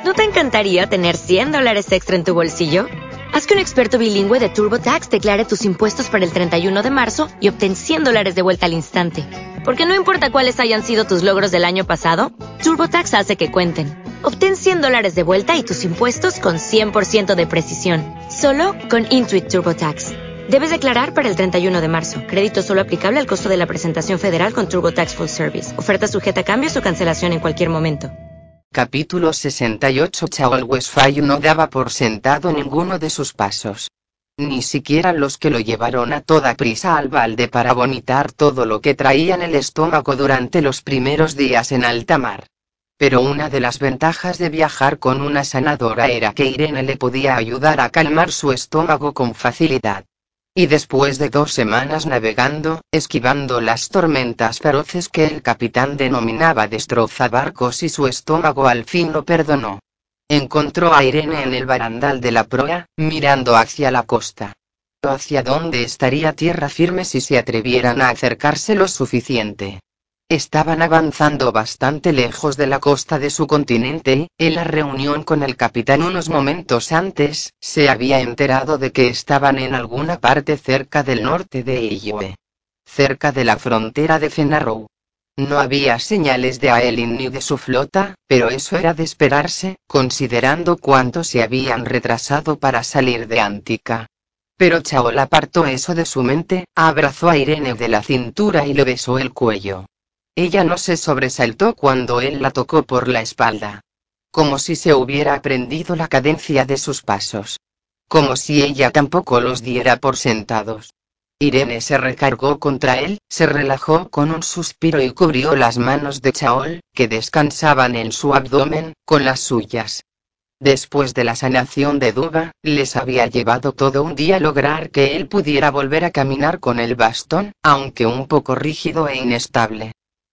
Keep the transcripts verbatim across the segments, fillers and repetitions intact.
¿No te encantaría tener cien dólares extra en tu bolsillo? Haz que un experto bilingüe de TurboTax declare tus impuestos para el treinta y uno de marzo y obtén cien dólares de vuelta al instante. Porque no importa cuáles hayan sido tus logros del año pasado, TurboTax hace que cuenten. Obtén cien dólares de vuelta y tus impuestos con cien por ciento de precisión. Solo con Intuit TurboTax. Debes declarar para el treinta y uno de marzo. Crédito solo aplicable al costo de la presentación federal con TurboTax Full Service. Oferta sujeta a cambios o cancelación en cualquier momento. Capítulo sesenta y ocho. Chaol Westphal no daba por sentado ninguno de sus pasos. Ni siquiera los que lo llevaron a toda prisa al balde para vomitar todo lo que traía en el estómago durante los primeros días en alta mar. Pero una de las ventajas de viajar con una sanadora era que Irene le podía ayudar a calmar su estómago con facilidad. Y después de dos semanas navegando, esquivando las tormentas feroces que el capitán denominaba destrozabarcos, y su estómago al fin lo perdonó. Encontró a Irene en el barandal de la proa, mirando hacia la costa. Hacia dónde estaría tierra firme si se atrevieran a acercarse lo suficiente. Estaban avanzando bastante lejos de la costa de su continente y, en la reunión con el capitán unos momentos antes, se había enterado de que estaban en alguna parte cerca del norte de Ioe. Cerca de la frontera de Fenarrow. No había señales de Aelin ni de su flota, pero eso era de esperarse, considerando cuánto se habían retrasado para salir de Antica. Pero Chaol apartó eso de su mente, abrazó a Irene de la cintura y le besó el cuello. Ella no se sobresaltó cuando él la tocó por la espalda. Como si se hubiera aprendido la cadencia de sus pasos. Como si ella tampoco los diera por sentados. Irene se recargó contra él, se relajó con un suspiro y cubrió las manos de Chaol, que descansaban en su abdomen, con las suyas. Después de la sanación de Duba, les había llevado todo un día lograr que él pudiera volver a caminar con el bastón, aunque un poco rígido e inestable.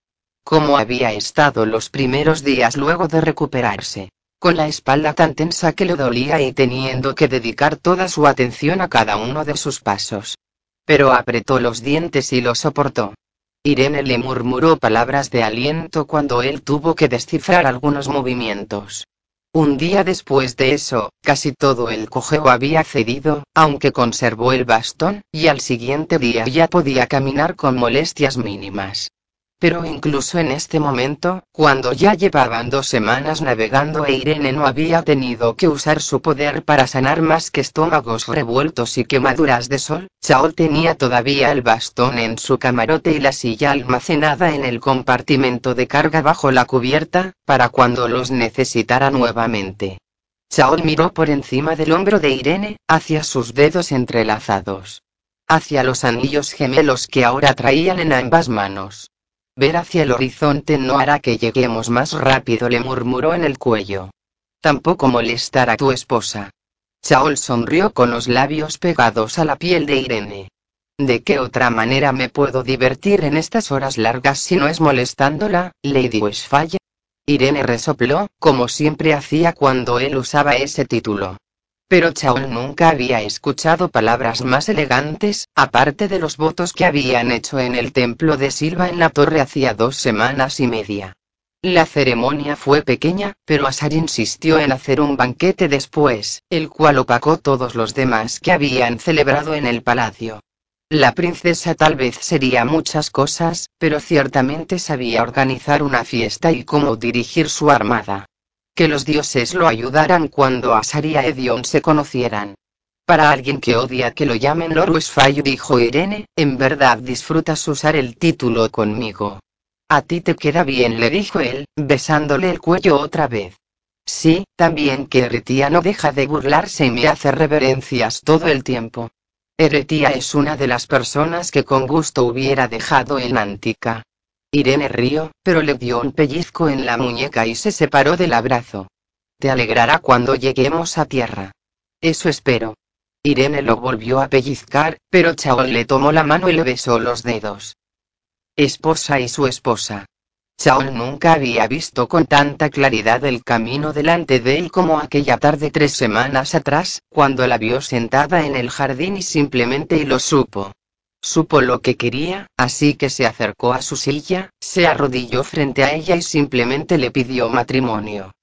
Como había estado los primeros días luego de recuperarse, con la espalda tan tensa que le dolía y teniendo que dedicar toda su atención a cada uno de sus pasos. Pero apretó los dientes y lo soportó. Irene le murmuró palabras de aliento cuando él tuvo que descifrar algunos movimientos. Un día después de eso, casi todo el cojeo había cedido, aunque conservó el bastón, y al siguiente día ya podía caminar con molestias mínimas. Pero incluso en este momento, cuando ya llevaban dos semanas navegando e Irene no había tenido que usar su poder para sanar más que estómagos revueltos y quemaduras de sol, Chaol tenía todavía el bastón en su camarote y la silla almacenada en el compartimento de carga bajo la cubierta, para cuando los necesitara nuevamente. Chaol miró por encima del hombro de Irene, hacia sus dedos entrelazados. Hacia los anillos gemelos que ahora traían en ambas manos. Ver hacia el horizonte no hará que lleguemos más rápido, le murmuró en el cuello. Tampoco molestar a tu esposa. Chaol sonrió con los labios pegados a la piel de Irene. ¿De qué otra manera me puedo divertir en estas horas largas si no es molestándola, Lady Westphal? Irene resopló, como siempre hacía cuando él usaba ese título. Pero Chaol nunca había escuchado palabras más elegantes, aparte de los votos que habían hecho en el templo de Silva en la torre hacía dos semanas y media. La ceremonia fue pequeña, pero Asar insistió en hacer un banquete después, el cual opacó todos los demás que habían celebrado en el palacio. La princesa tal vez sería muchas cosas, pero ciertamente sabía organizar una fiesta y cómo dirigir su armada. Que los dioses lo ayudaran cuando Asar y Aedion se conocieran. Para alguien que odia que lo llamen Lord Westphal, dijo Irene, en verdad disfrutas usar el título conmigo. A ti te queda bien, le dijo él, besándole el cuello otra vez. Sí, también que Eretía no deja de burlarse y me hace reverencias todo el tiempo. Eretía es una de las personas que con gusto hubiera dejado en Antica. Irene rió, pero le dio un pellizco en la muñeca y se separó del abrazo. Te alegrará cuando lleguemos a tierra. Eso espero. Irene lo volvió a pellizcar, pero Chaol le tomó la mano y le besó los dedos. Esposa y su esposa. Chaol nunca había visto con tanta claridad el camino delante de él como aquella tarde tres semanas atrás, cuando la vio sentada en el jardín y simplemente y lo supo. Supo lo que quería, así que se acercó a su silla, se arrodilló frente a ella y simplemente le pidió matrimonio.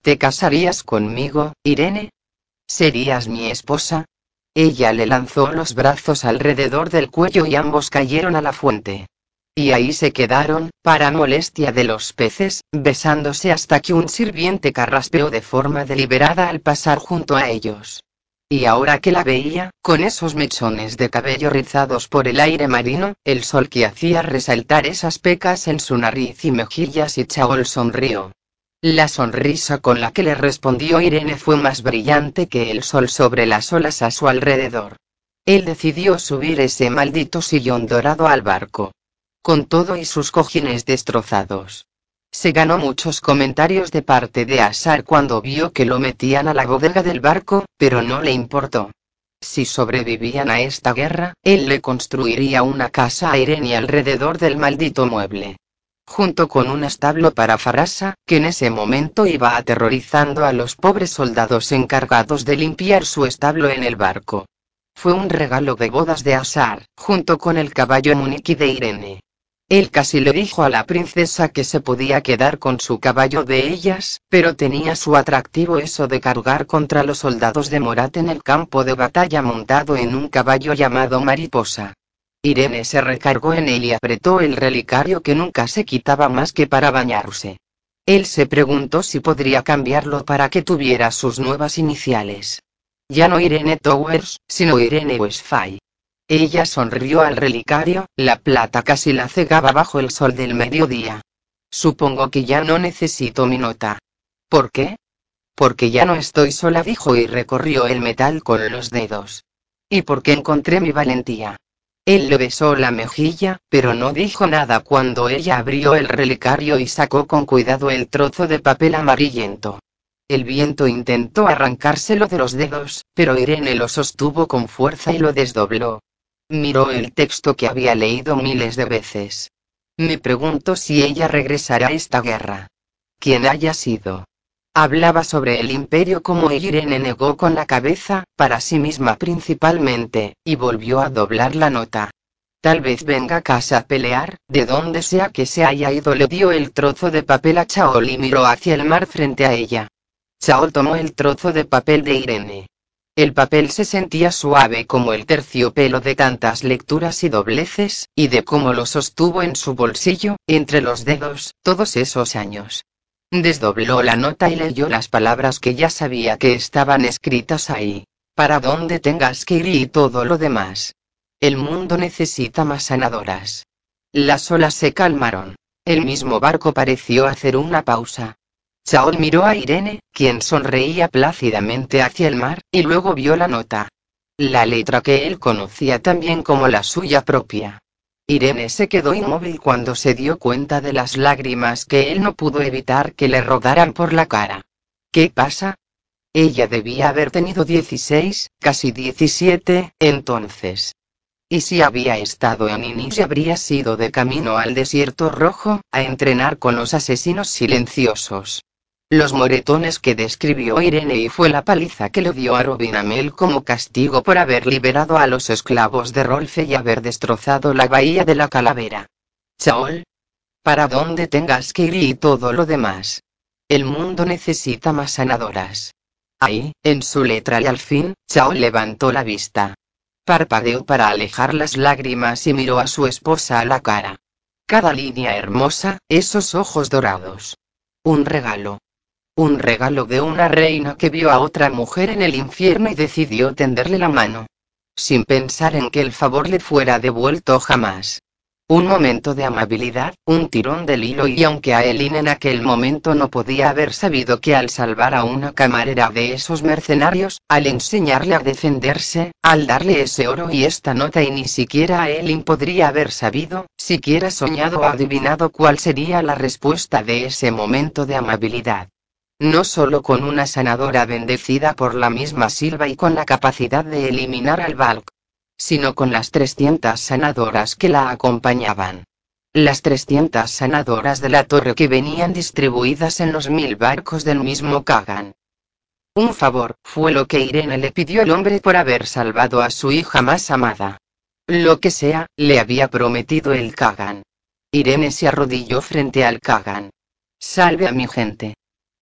¿Te casarías conmigo, Irene? ¿Serías mi esposa? Ella le lanzó los brazos alrededor del cuello y ambos cayeron a la fuente. Y ahí se quedaron, para molestia de los peces, besándose hasta que un sirviente carraspeó de forma deliberada al pasar junto a ellos. Y ahora que la veía, con esos mechones de cabello rizados por el aire marino, el sol que hacía resaltar esas pecas en su nariz y mejillas, y Chaol sonrió. La sonrisa con la que le respondió Irene fue más brillante que el sol sobre las olas a su alrededor. Él decidió subir ese maldito sillón dorado al barco. Con todo y sus cojines destrozados. Se ganó muchos comentarios de parte de Asar cuando vio que lo metían a la bodega del barco, pero no le importó. Si sobrevivían a esta guerra, él le construiría una casa a Irene alrededor del maldito mueble. Junto con un establo para Farasa, que en ese momento iba aterrorizando a los pobres soldados encargados de limpiar su establo en el barco. Fue un regalo de bodas de Asar, junto con el caballo Muniki de Irene. Él casi le dijo a la princesa que se podía quedar con su caballo de ellas, pero tenía su atractivo eso de cargar contra los soldados de Morat en el campo de batalla montado en un caballo llamado Mariposa. Irene se recargó en él y apretó el relicario que nunca se quitaba más que para bañarse. Él se preguntó si podría cambiarlo para que tuviera sus nuevas iniciales. Ya no Irene Towers, sino Irene Westphal. Ella sonrió al relicario, la plata casi la cegaba bajo el sol del mediodía. Supongo que ya no necesito mi nota. ¿Por qué? Porque ya no estoy sola, dijo y recorrió el metal con los dedos. Y porque encontré mi valentía. Él le besó la mejilla, pero no dijo nada cuando ella abrió el relicario y sacó con cuidado el trozo de papel amarillento. El viento intentó arrancárselo de los dedos, pero Irene lo sostuvo con fuerza y lo desdobló. Miró el texto que había leído miles de veces. Me pregunto si ella regresará a esta guerra. Quien haya sido. Hablaba sobre el imperio como Irene negó con la cabeza, para sí misma principalmente, y volvió a doblar la nota. Tal vez venga a casa a pelear, de donde sea que se haya ido. Le dio el trozo de papel a Chaol y miró hacia el mar frente a ella. Chaol tomó el trozo de papel de Irene. El papel se sentía suave como el terciopelo de tantas lecturas y dobleces, y de cómo lo sostuvo en su bolsillo, entre los dedos, todos esos años. Desdobló la nota y leyó las palabras que ya sabía que estaban escritas ahí. Para donde tengas que ir y todo lo demás. El mundo necesita más sanadoras. Las olas se calmaron. El mismo barco pareció hacer una pausa. Chaol miró a Irene, quien sonreía plácidamente hacia el mar, y luego vio la nota. La letra que él conocía tan bien como la suya propia. Irene se quedó inmóvil cuando se dio cuenta de las lágrimas que él no pudo evitar que le rodaran por la cara. ¿Qué pasa? Ella debía haber tenido dieciséis, casi diecisiete, entonces. Y si había estado en Inis y habría sido de camino al desierto rojo, a entrenar con los asesinos silenciosos. Los moretones que describió Irene y fue la paliza que le dio a Robin Amell como castigo por haber liberado a los esclavos de Rolfe y haber destrozado la bahía de la calavera. Chaol. Para donde tengas que ir y todo lo demás. El mundo necesita más sanadoras. Ahí, en su letra y al fin, Chaol levantó la vista. Parpadeó para alejar las lágrimas y miró a su esposa a la cara. Cada línea hermosa, esos ojos dorados. Un regalo. Un regalo de una reina que vio a otra mujer en el infierno y decidió tenderle la mano. Sin pensar en que el favor le fuera devuelto jamás. Un momento de amabilidad, un tirón del hilo y aunque a Elin en aquel momento no podía haber sabido que al salvar a una camarera de esos mercenarios, al enseñarle a defenderse, al darle ese oro y esta nota y ni siquiera a Elin podría haber sabido, siquiera soñado o adivinado cuál sería la respuesta de ese momento de amabilidad. No solo con una sanadora bendecida por la misma Silva y con la capacidad de eliminar al Valk, sino con las trescientas sanadoras que la acompañaban. Las trescientas sanadoras de la torre que venían distribuidas en los mil barcos del mismo Kagan. Un favor, fue lo que Irene le pidió al hombre por haber salvado a su hija más amada. Lo que sea, le había prometido el Kagan. Irene se arrodilló frente al Kagan. Salve a mi gente.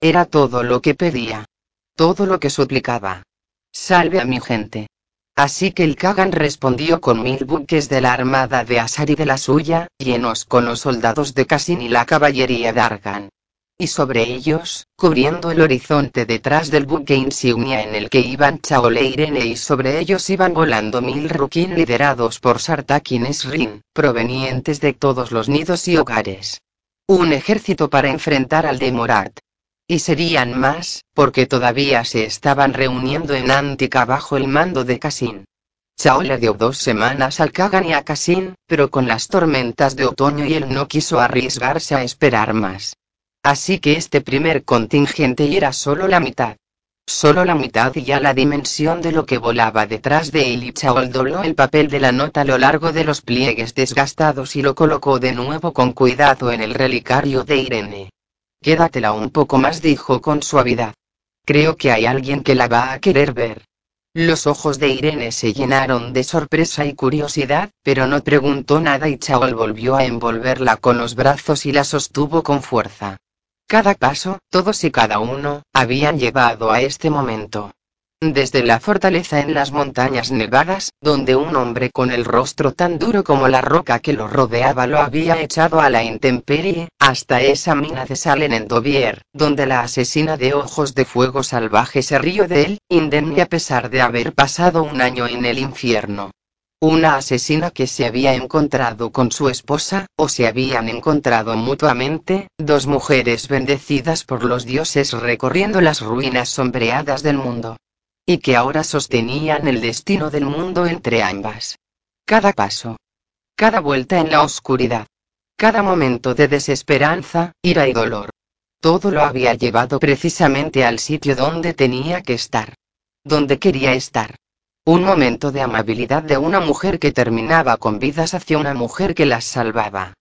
Era todo lo que pedía. Todo lo que suplicaba. Salve a mi gente. Así que el Kagan respondió con mil buques de la armada de Asar y de la suya, llenos con los soldados de Cassin y la caballería de Argan. Y sobre ellos, cubriendo el horizonte detrás del buque insignia en el que iban Chaol e Irene, y sobre ellos iban volando mil Rukin liderados por Sartak y Nesrin, provenientes de todos los nidos y hogares. Un ejército para enfrentar al de Morat. Y serían más, porque todavía se estaban reuniendo en Antica bajo el mando de Cassin. Chao le dio dos semanas al Kagan y a Cassin, pero con las tormentas de otoño y él no quiso arriesgarse a esperar más. Así que este primer contingente era solo la mitad. Solo la mitad y ya la dimensión de lo que volaba detrás de él, y Chao dobló el papel de la nota a lo largo de los pliegues desgastados y lo colocó de nuevo con cuidado en el relicario de Irene. Quédatela un poco más, dijo con suavidad. Creo que hay alguien que la va a querer ver. Los ojos de Irene se llenaron de sorpresa y curiosidad, pero no preguntó nada y Chaol volvió a envolverla con los brazos y la sostuvo con fuerza. Cada paso, todos y cada uno, habían llevado a este momento. Desde la fortaleza en las montañas nevadas, donde un hombre con el rostro tan duro como la roca que lo rodeaba lo había echado a la intemperie, hasta esa mina de Salen en Dovier, donde la asesina de ojos de fuego salvaje se rió de él, indemne a pesar de haber pasado un año en el infierno. Una asesina que se había encontrado con su esposa, o se habían encontrado mutuamente, dos mujeres bendecidas por los dioses recorriendo las ruinas sombreadas del mundo. Y que ahora sostenían el destino del mundo entre ambas. Cada paso. Cada vuelta en la oscuridad. Cada momento de desesperanza, ira y dolor. Todo lo había llevado precisamente al sitio donde tenía que estar. Donde quería estar. Un momento de amabilidad de una mujer que terminaba con vidas hacia una mujer que las salvaba.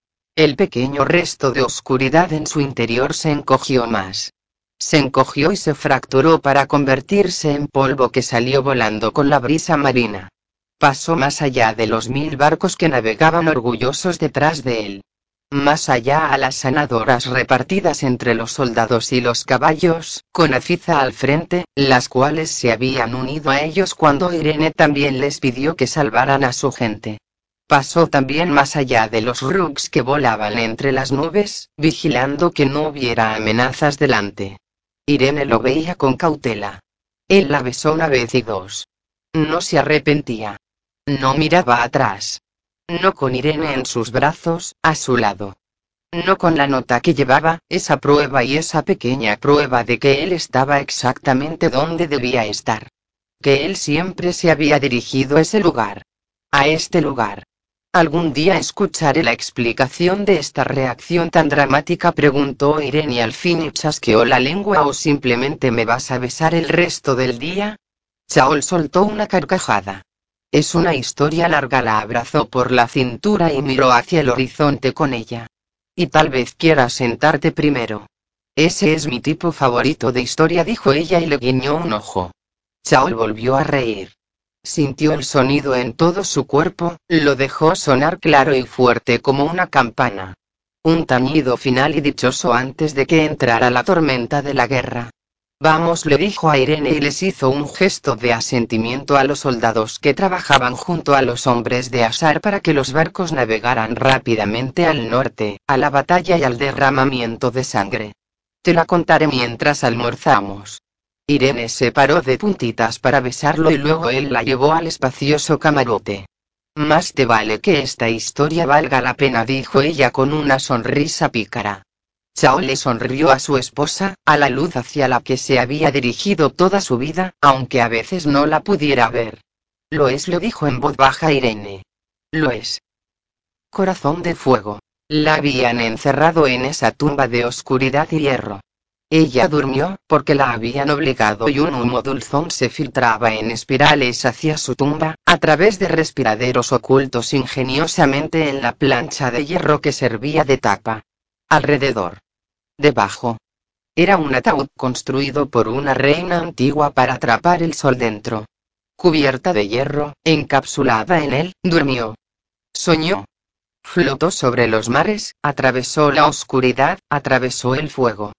El pequeño resto de oscuridad en su interior se encogió más. Se encogió y se fracturó para convertirse en polvo que salió volando con la brisa marina. Pasó más allá de los mil barcos que navegaban orgullosos detrás de él. Más allá a las sanadoras repartidas entre los soldados y los caballos, con Afiza al frente, las cuales se habían unido a ellos cuando Irene también les pidió que salvaran a su gente. Pasó también más allá de los Rooks que volaban entre las nubes, vigilando que no hubiera amenazas delante. Irene lo veía con cautela. Él la besó una vez y dos. No se arrepentía. No miraba atrás. No con Irene en sus brazos, a su lado. No con la nota que llevaba, esa prueba y esa pequeña prueba de que él estaba exactamente donde debía estar. Que él siempre se había dirigido a ese lugar. A este lugar. ¿Algún día escucharé la explicación de esta reacción tan dramática?, preguntó Irene y al fin y chasqueó la lengua. ¿O simplemente me vas a besar el resto del día? Chaol soltó una carcajada. Es una historia larga. La abrazó por la cintura y miró hacia el horizonte con ella. Y tal vez quieras sentarte primero. Ese es mi tipo favorito de historia, dijo ella y le guiñó un ojo. Chaol volvió a reír. Sintió el sonido en todo su cuerpo, lo dejó sonar claro y fuerte como una campana. Un tañido final y dichoso antes de que entrara la tormenta de la guerra. Vamos, le dijo a Irene y les hizo un gesto de asentimiento a los soldados que trabajaban junto a los hombres de Asar para que los barcos navegaran rápidamente al norte, a la batalla y al derramamiento de sangre. Te la contaré mientras almorzamos. Irene se paró de puntitas para besarlo y luego él la llevó al espacioso camarote. Más te vale que esta historia valga la pena, dijo ella con una sonrisa pícara. Chao le sonrió a su esposa, a la luz hacia la que se había dirigido toda su vida, aunque a veces no la pudiera ver. Lo es, lo dijo en voz baja Irene. Lo es. Corazón de fuego. La habían encerrado en esa tumba de oscuridad y hierro. Ella durmió, porque la habían obligado, y un humo dulzón se filtraba en espirales hacia su tumba, a través de respiraderos ocultos ingeniosamente en la plancha de hierro que servía de tapa. Alrededor. Debajo. Era un ataúd construido por una reina antigua para atrapar el sol dentro. Cubierta de hierro, encapsulada en él, durmió. Soñó. Flotó sobre los mares, atravesó la oscuridad, atravesó el fuego.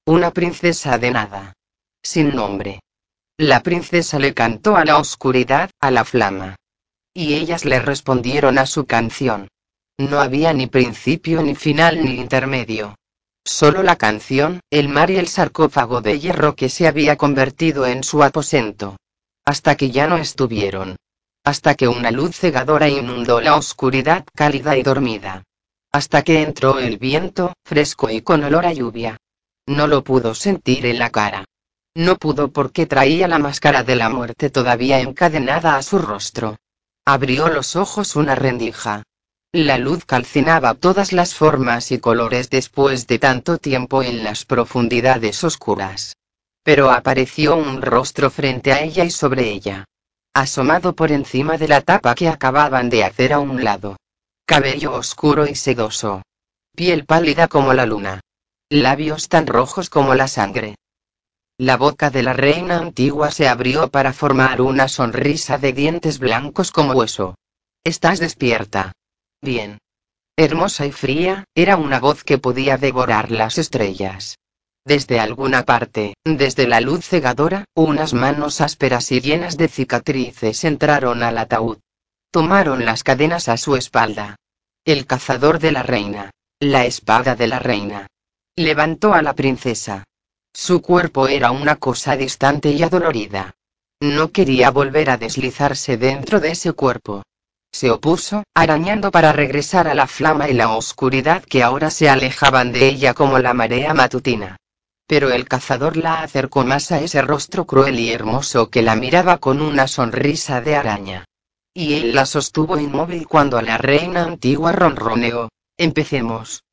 Una princesa de nada. Sin nombre. La princesa le cantó a la oscuridad, a la flama. Y ellas le respondieron a su canción. No había ni principio ni final ni intermedio. Solo la canción, el mar y el sarcófago de hierro que se había convertido en su aposento. Hasta que ya no estuvieron. Hasta que una luz cegadora inundó la oscuridad cálida y dormida. Hasta que entró el viento, fresco y con olor a lluvia. No lo pudo sentir en la cara. No pudo porque traía la máscara de la muerte todavía encadenada a su rostro. Abrió los ojos una rendija. La luz calcinaba todas las formas y colores después de tanto tiempo en las profundidades oscuras. Pero apareció un rostro frente a ella y sobre ella. Asomado por encima de la tapa que acababan de hacer a un lado. Cabello oscuro y sedoso. Piel pálida como la luna. Labios tan rojos como la sangre. La boca de la reina antigua se abrió para formar una sonrisa de dientes blancos como hueso. ¿Estás despierta? Bien. Hermosa y fría, era una voz que podía devorar las estrellas. Desde alguna parte, desde la luz cegadora, unas manos ásperas y llenas de cicatrices entraron al ataúd. Tomaron las cadenas a su espalda. El cazador de la reina. La espada de la reina. Levantó a la princesa. Su cuerpo era una cosa distante y adolorida. No quería volver a deslizarse dentro de ese cuerpo. Se opuso, arañando para regresar a la flama y la oscuridad que ahora se alejaban de ella como la marea matutina. Pero el cazador la acercó más a ese rostro cruel y hermoso que la miraba con una sonrisa de araña. Y él la sostuvo inmóvil cuando la reina antigua ronroneó. Empecemos.